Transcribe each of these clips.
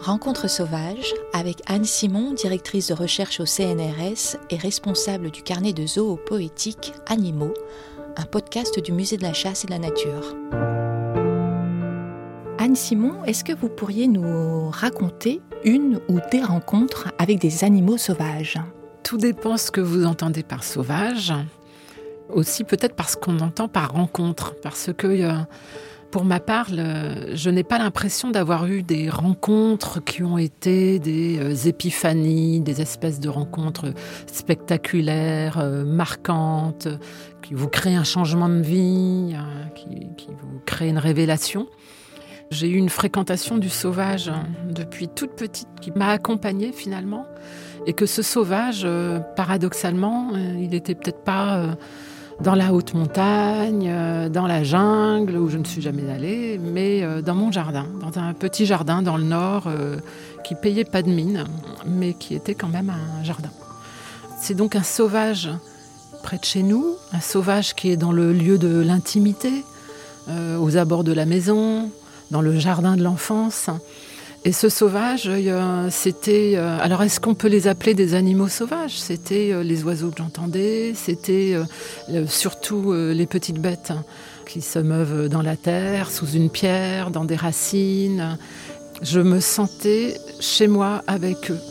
Rencontre sauvage avec Anne Simon, directrice de recherche au CNRS et responsable du carnet de zoopoétique Animaux, un podcast du Musée de la Chasse et de la Nature. Anne Simon, est-ce que vous pourriez nous raconter une ou des rencontres avec des animaux sauvages ? Tout dépend ce que vous entendez par sauvage. Aussi peut-être parce qu'on entend par rencontre. Parce que pour ma part, je n'ai pas l'impression d'avoir eu des rencontres qui ont été des épiphanies, des espèces de rencontres spectaculaires, marquantes, qui vous créent un changement de vie, qui vous créent une révélation. J'ai eu une fréquentation du sauvage depuis toute petite qui m'a accompagnée finalement. Et que ce sauvage, paradoxalement, il n'était peut-être pas dans la haute montagne, dans la jungle où je ne suis jamais allée, mais dans mon jardin, dans un petit jardin dans le nord qui payait pas de mine, mais qui était quand même un jardin. C'est donc un sauvage près de chez nous, un sauvage qui est dans le lieu de l'intimité, aux abords de la maison, dans le jardin de l'enfance. Et ce sauvage, c'était... alors, est-ce qu'on peut les appeler des animaux sauvages ? C'était les oiseaux que j'entendais, c'était surtout les petites bêtes qui se meuvent dans la terre, sous une pierre, dans des racines. Je me sentais chez moi avec eux.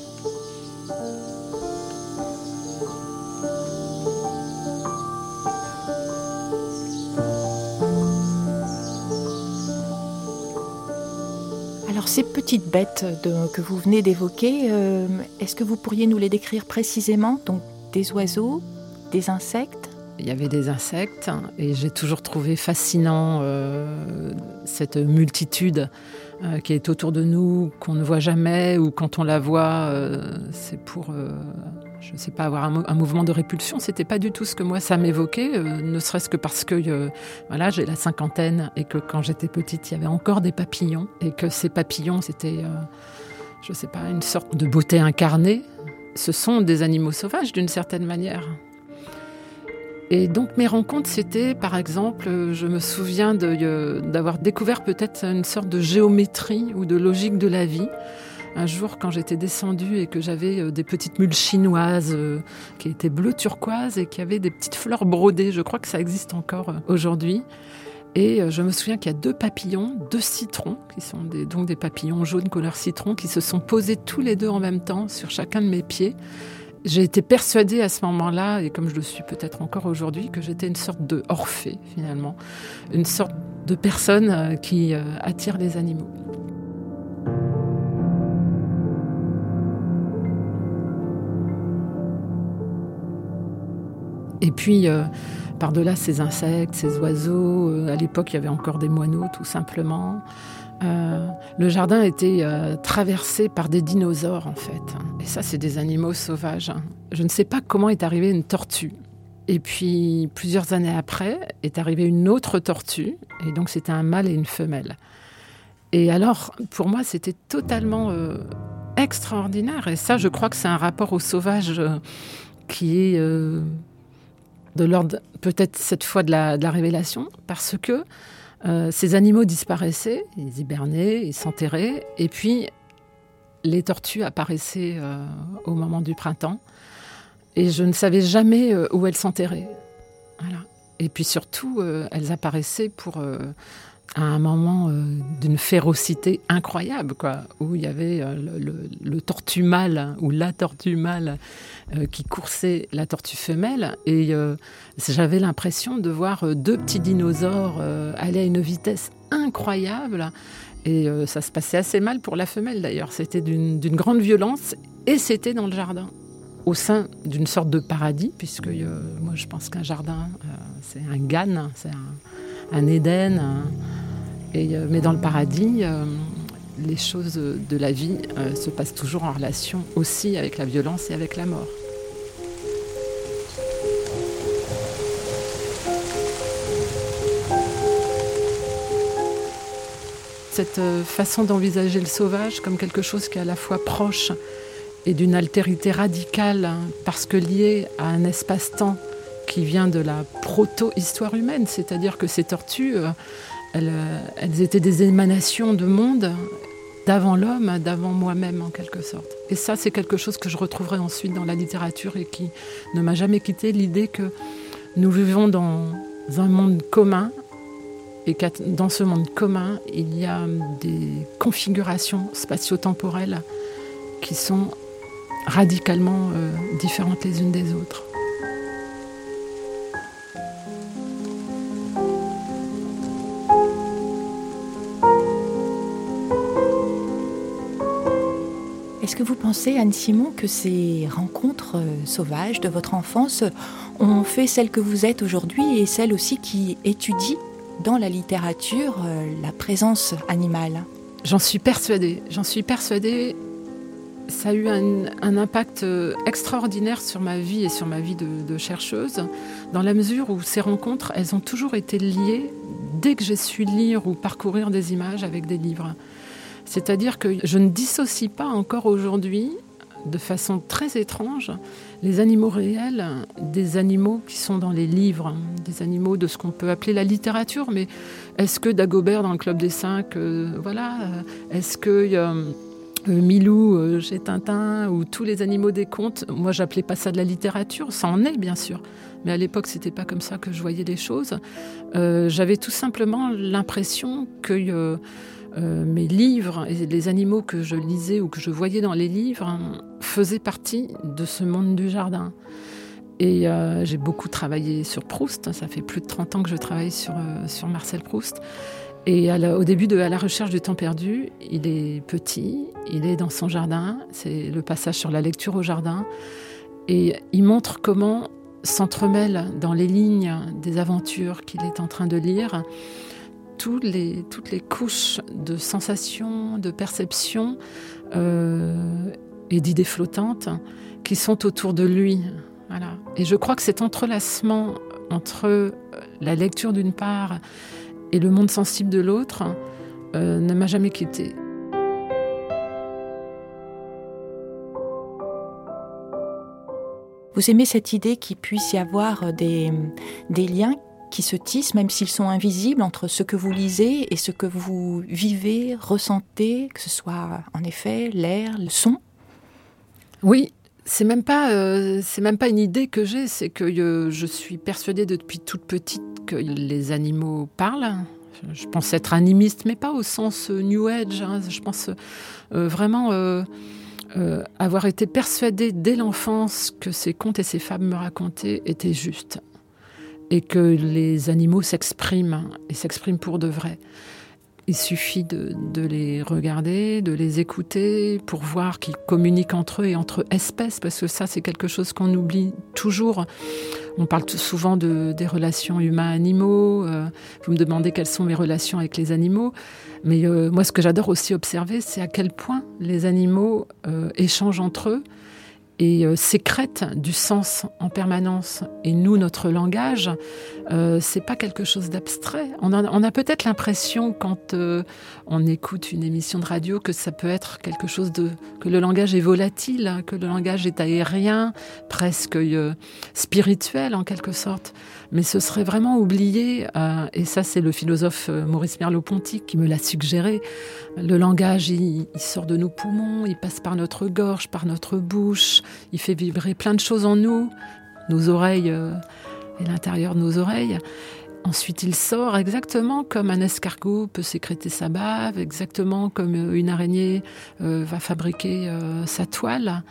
Alors ces petites bêtes que vous venez d'évoquer, est-ce que vous pourriez nous les décrire précisément ? Donc des oiseaux, des insectes ? Il y avait des insectes et j'ai toujours trouvé fascinant cette multitude qui est autour de nous, qu'on ne voit jamais, ou quand on la voit, c'est pour... je ne sais pas, avoir un mouvement de répulsion. C'était pas du tout ce que moi ça m'évoquait, ne serait-ce que parce que voilà, j'ai la cinquantaine et que quand j'étais petite, il y avait encore des papillons et que ces papillons, c'était, je ne sais pas, une sorte de beauté incarnée. Ce sont des animaux sauvages d'une certaine manière. Et donc mes rencontres, c'était par exemple, je me souviens d'avoir découvert peut-être une sorte de géométrie ou de logique de la vie. Un jour, quand j'étais descendue et que j'avais des petites mules chinoises qui étaient bleu turquoise et qui avaient des petites fleurs brodées, je crois que ça existe encore aujourd'hui. Et je me souviens qu'il y a 2 papillons, 2 citrons, qui sont donc des papillons jaunes couleur citron, qui se sont posés tous les 2 en même temps sur chacun de mes pieds. J'ai été persuadée à ce moment-là, et comme je le suis peut-être encore aujourd'hui, que j'étais une sorte de Orphée, finalement. Une sorte de personne qui attire les animaux. Et puis, par-delà ces insectes, ces oiseaux, à l'époque, il y avait encore des moineaux, tout simplement. Le jardin était traversé par des dinosaures, en fait. Et ça, c'est des animaux sauvages. Je ne sais pas comment est arrivée une tortue. Et puis, plusieurs années après, est arrivée une autre tortue. Et donc, c'était un mâle et une femelle. Et alors, pour moi, c'était totalement extraordinaire. Et ça, je crois que c'est un rapport au sauvage qui est... de l'ordre peut-être cette fois de la révélation, parce que ces animaux disparaissaient, ils hibernaient, ils s'enterraient, et puis les tortues apparaissaient au moment du printemps, et je ne savais jamais où elles s'enterraient. Voilà. Et puis surtout, elles apparaissaient à un moment d'une férocité incroyable, quoi, où il y avait le tortue mâle ou la tortue mâle qui coursait la tortue femelle, et j'avais l'impression de voir 2 petits dinosaures aller à une vitesse incroyable, et ça se passait assez mal pour la femelle d'ailleurs, c'était d'une grande violence, et c'était dans le jardin, au sein d'une sorte de paradis, puisque moi je pense qu'un jardin c'est un Gan, c'est un Éden, mais dans le paradis, les choses de la vie se passent toujours en relation aussi avec la violence et avec la mort. Cette façon d'envisager le sauvage comme quelque chose qui est à la fois proche et d'une altérité radicale, parce que liée à un espace-temps qui vient de la proto-histoire humaine, c'est-à-dire que ces tortues, elles étaient des émanations de monde d'avant l'homme, d'avant moi-même en quelque sorte. Et ça, c'est quelque chose que je retrouverai ensuite dans la littérature et qui ne m'a jamais quitté, l'idée que nous vivons dans un monde commun et que dans ce monde commun, il y a des configurations spatio-temporelles qui sont radicalement différentes les unes des autres. Est-ce que vous pensez, Anne Simon, que ces rencontres sauvages de votre enfance ont fait celle que vous êtes aujourd'hui et celle aussi qui étudie dans la littérature la présence animale ? J'en suis persuadée. Ça a eu un impact extraordinaire sur ma vie et sur ma vie de chercheuse, dans la mesure où ces rencontres, elles ont toujours été liées dès que j'ai su lire ou parcourir des images avec des livres. C'est-à-dire que je ne dissocie pas encore aujourd'hui, de façon très étrange, les animaux réels des animaux qui sont dans les livres, des animaux de ce qu'on peut appeler la littérature. Mais est-ce que Dagobert dans le Club des 5, est-ce que Milou chez Tintin, ou tous les animaux des contes, moi j'appelais pas ça de la littérature, ça en est bien sûr, mais à l'époque c'était pas comme ça que je voyais les choses. J'avais tout simplement l'impression que mes livres et les animaux que je lisais ou que je voyais dans les livres faisaient partie de ce monde du jardin. Et j'ai beaucoup travaillé sur Proust, ça fait plus de 30 ans que je travaille sur Marcel Proust. Et au début de À la recherche du temps perdu, il est petit, il est dans son jardin, c'est le passage sur la lecture au jardin, et il montre comment s'entremêlent dans les lignes des aventures qu'il est en train de lire toutes les couches de sensations, de perceptions et d'idées flottantes qui sont autour de lui. Voilà. Et je crois que cet entrelacement entre la lecture d'une part et le monde sensible de l'autre ne m'a jamais quittée. Vous aimez cette idée qu'il puisse y avoir des liens qui se tissent, même s'ils sont invisibles, entre ce que vous lisez et ce que vous vivez, ressentez, que ce soit en effet l'air, le son ? Oui, c'est même pas une idée que j'ai, c'est que je suis persuadée depuis toute petite que les animaux parlent. Je pense être animiste, mais pas au sens New Age. Hein. Je pense vraiment avoir été persuadée dès l'enfance que ces contes et ces fables me racontaient étaient justes. Et que les animaux s'expriment, et s'expriment pour de vrai. Il suffit de les regarder, de les écouter, pour voir qu'ils communiquent entre eux et entre espèces, parce que ça, c'est quelque chose qu'on oublie toujours. On parle souvent des relations humains-animaux. Vous me demandez quelles sont mes relations avec les animaux. Mais moi, ce que j'adore aussi observer, c'est à quel point les animaux échangent entre eux et sécrètent du sens en permanence. Et nous, notre langage, c'est pas quelque chose d'abstrait. On a peut-être l'impression, quand on écoute une émission de radio, que ça peut être quelque chose que le langage est volatile, que le langage est aérien, presque spirituel en quelque sorte. Mais ce serait vraiment oublier, et ça c'est le philosophe Maurice Merleau-Ponty qui me l'a suggéré, le langage il sort de nos poumons, il passe par notre gorge, par notre bouche, il fait vibrer plein de choses en nous, nos oreilles et l'intérieur de nos oreilles. Ensuite, il sort exactement comme un escargot peut sécréter sa bave, exactement comme une araignée va fabriquer sa toile.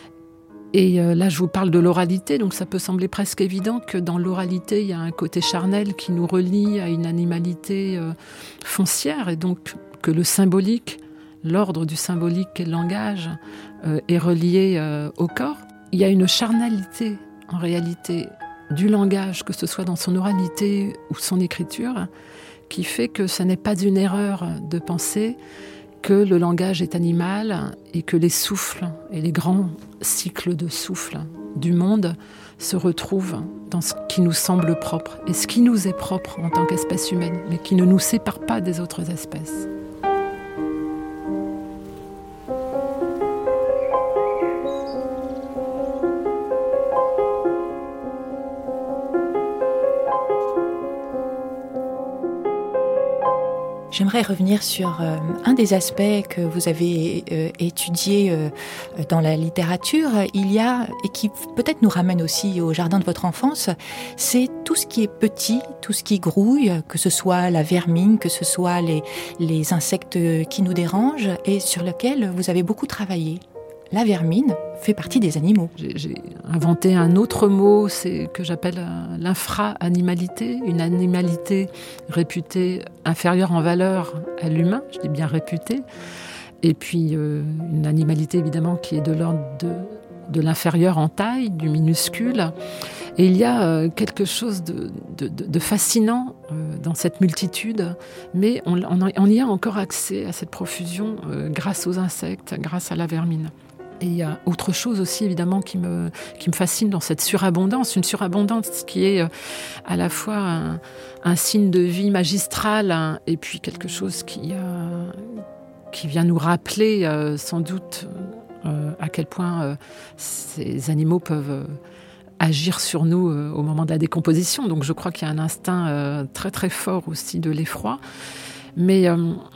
Et là, je vous parle de l'oralité, donc ça peut sembler presque évident que dans l'oralité, il y a un côté charnel qui nous relie à une animalité foncière, et donc que le symbolique, l'ordre du symbolique et le langage est relié au corps. Il y a une charnalité, en réalité, du langage, que ce soit dans son oralité ou son écriture, qui fait que ce n'est pas une erreur de penser que le langage est animal et que les souffles et les grands cycles de souffle du monde se retrouvent dans ce qui nous semble propre et ce qui nous est propre en tant qu'espèce humaine, mais qui ne nous sépare pas des autres espèces. J'aimerais revenir sur un des aspects que vous avez étudié dans la littérature. Il y a, et qui peut-être nous ramène aussi au jardin de votre enfance, c'est tout ce qui est petit, tout ce qui grouille, que ce soit la vermine, que ce soit les insectes qui nous dérangent et sur lesquels vous avez beaucoup travaillé. La vermine fait partie des animaux. J'ai inventé un autre mot, c'est que j'appelle l'infra-animalité, une animalité réputée inférieure en valeur à l'humain, je dis bien réputée, et puis une animalité évidemment qui est de l'ordre de l'inférieur en taille, du minuscule. Et il y a quelque chose de fascinant dans cette multitude, mais on y a encore accès à cette profusion grâce aux insectes, grâce à la vermine. Et il y a autre chose aussi, évidemment, qui me fascine dans cette surabondance. Une surabondance qui est à la fois un signe de vie magistrale, hein, et puis quelque chose qui vient nous rappeler sans doute à quel point ces animaux peuvent agir sur nous au moment de la décomposition. Donc je crois qu'il y a un instinct très très fort aussi de l'effroi. Mais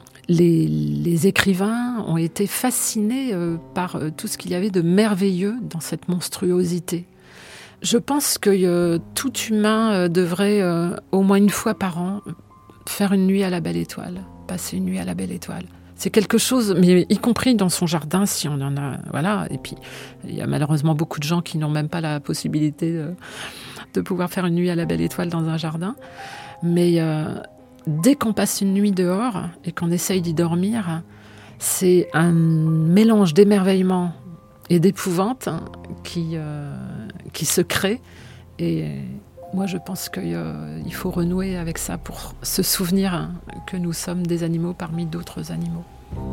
les écrivains ont été fascinés par tout ce qu'il y avait de merveilleux dans cette monstruosité. Je pense que tout humain devrait au moins une fois par an faire une nuit à la Belle Étoile, passer une nuit à la Belle Étoile. C'est quelque chose, mais y compris dans son jardin, si on en a, voilà. Et puis, il y a malheureusement beaucoup de gens qui n'ont même pas la possibilité de pouvoir faire une nuit à la Belle Étoile dans un jardin. Mais dès qu'on passe une nuit dehors et qu'on essaye d'y dormir, c'est un mélange d'émerveillement et d'épouvante qui se crée. Et moi, je pense qu'il faut renouer avec ça pour se souvenir que nous sommes des animaux parmi d'autres animaux.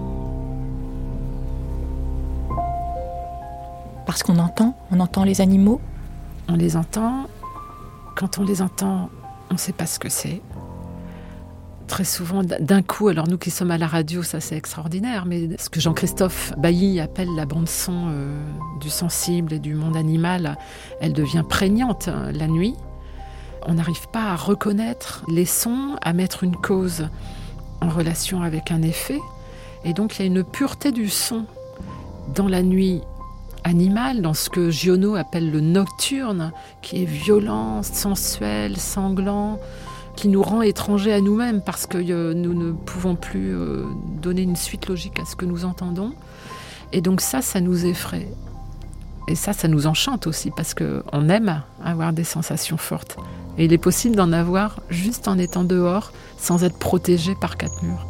Parce qu'on entend les animaux. On les entend. Quand on les entend, on ne sait pas ce que c'est. Très souvent, d'un coup, alors nous qui sommes à la radio, ça c'est extraordinaire, mais ce que Jean-Christophe Bailly appelle la bande-son du sensible et du monde animal, elle devient prégnante la nuit. On n'arrive pas à reconnaître les sons, à mettre une cause en relation avec un effet. Et donc il y a une pureté du son dans la nuit animale, dans ce que Giono appelle le nocturne, qui est violent, sensuel, sanglant, qui nous rend étrangers à nous-mêmes parce que nous ne pouvons plus donner une suite logique à ce que nous entendons. Et donc ça nous effraie. Et ça nous enchante aussi parce qu'on aime avoir des sensations fortes. Et il est possible d'en avoir juste en étant dehors, sans être protégé par 4 murs.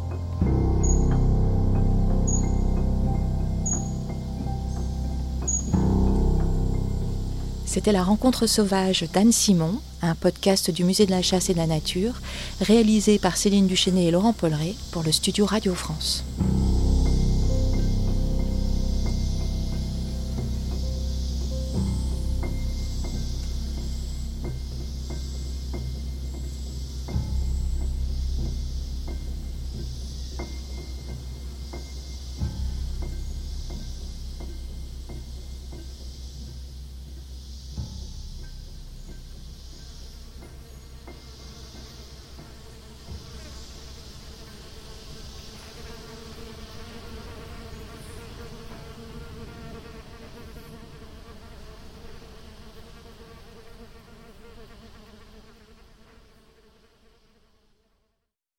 C'était La Rencontre sauvage d'Anne Simon, un podcast du Musée de la Chasse et de la Nature, réalisé par Céline Duchesnay et Laurent Polleret pour le studio Radio France.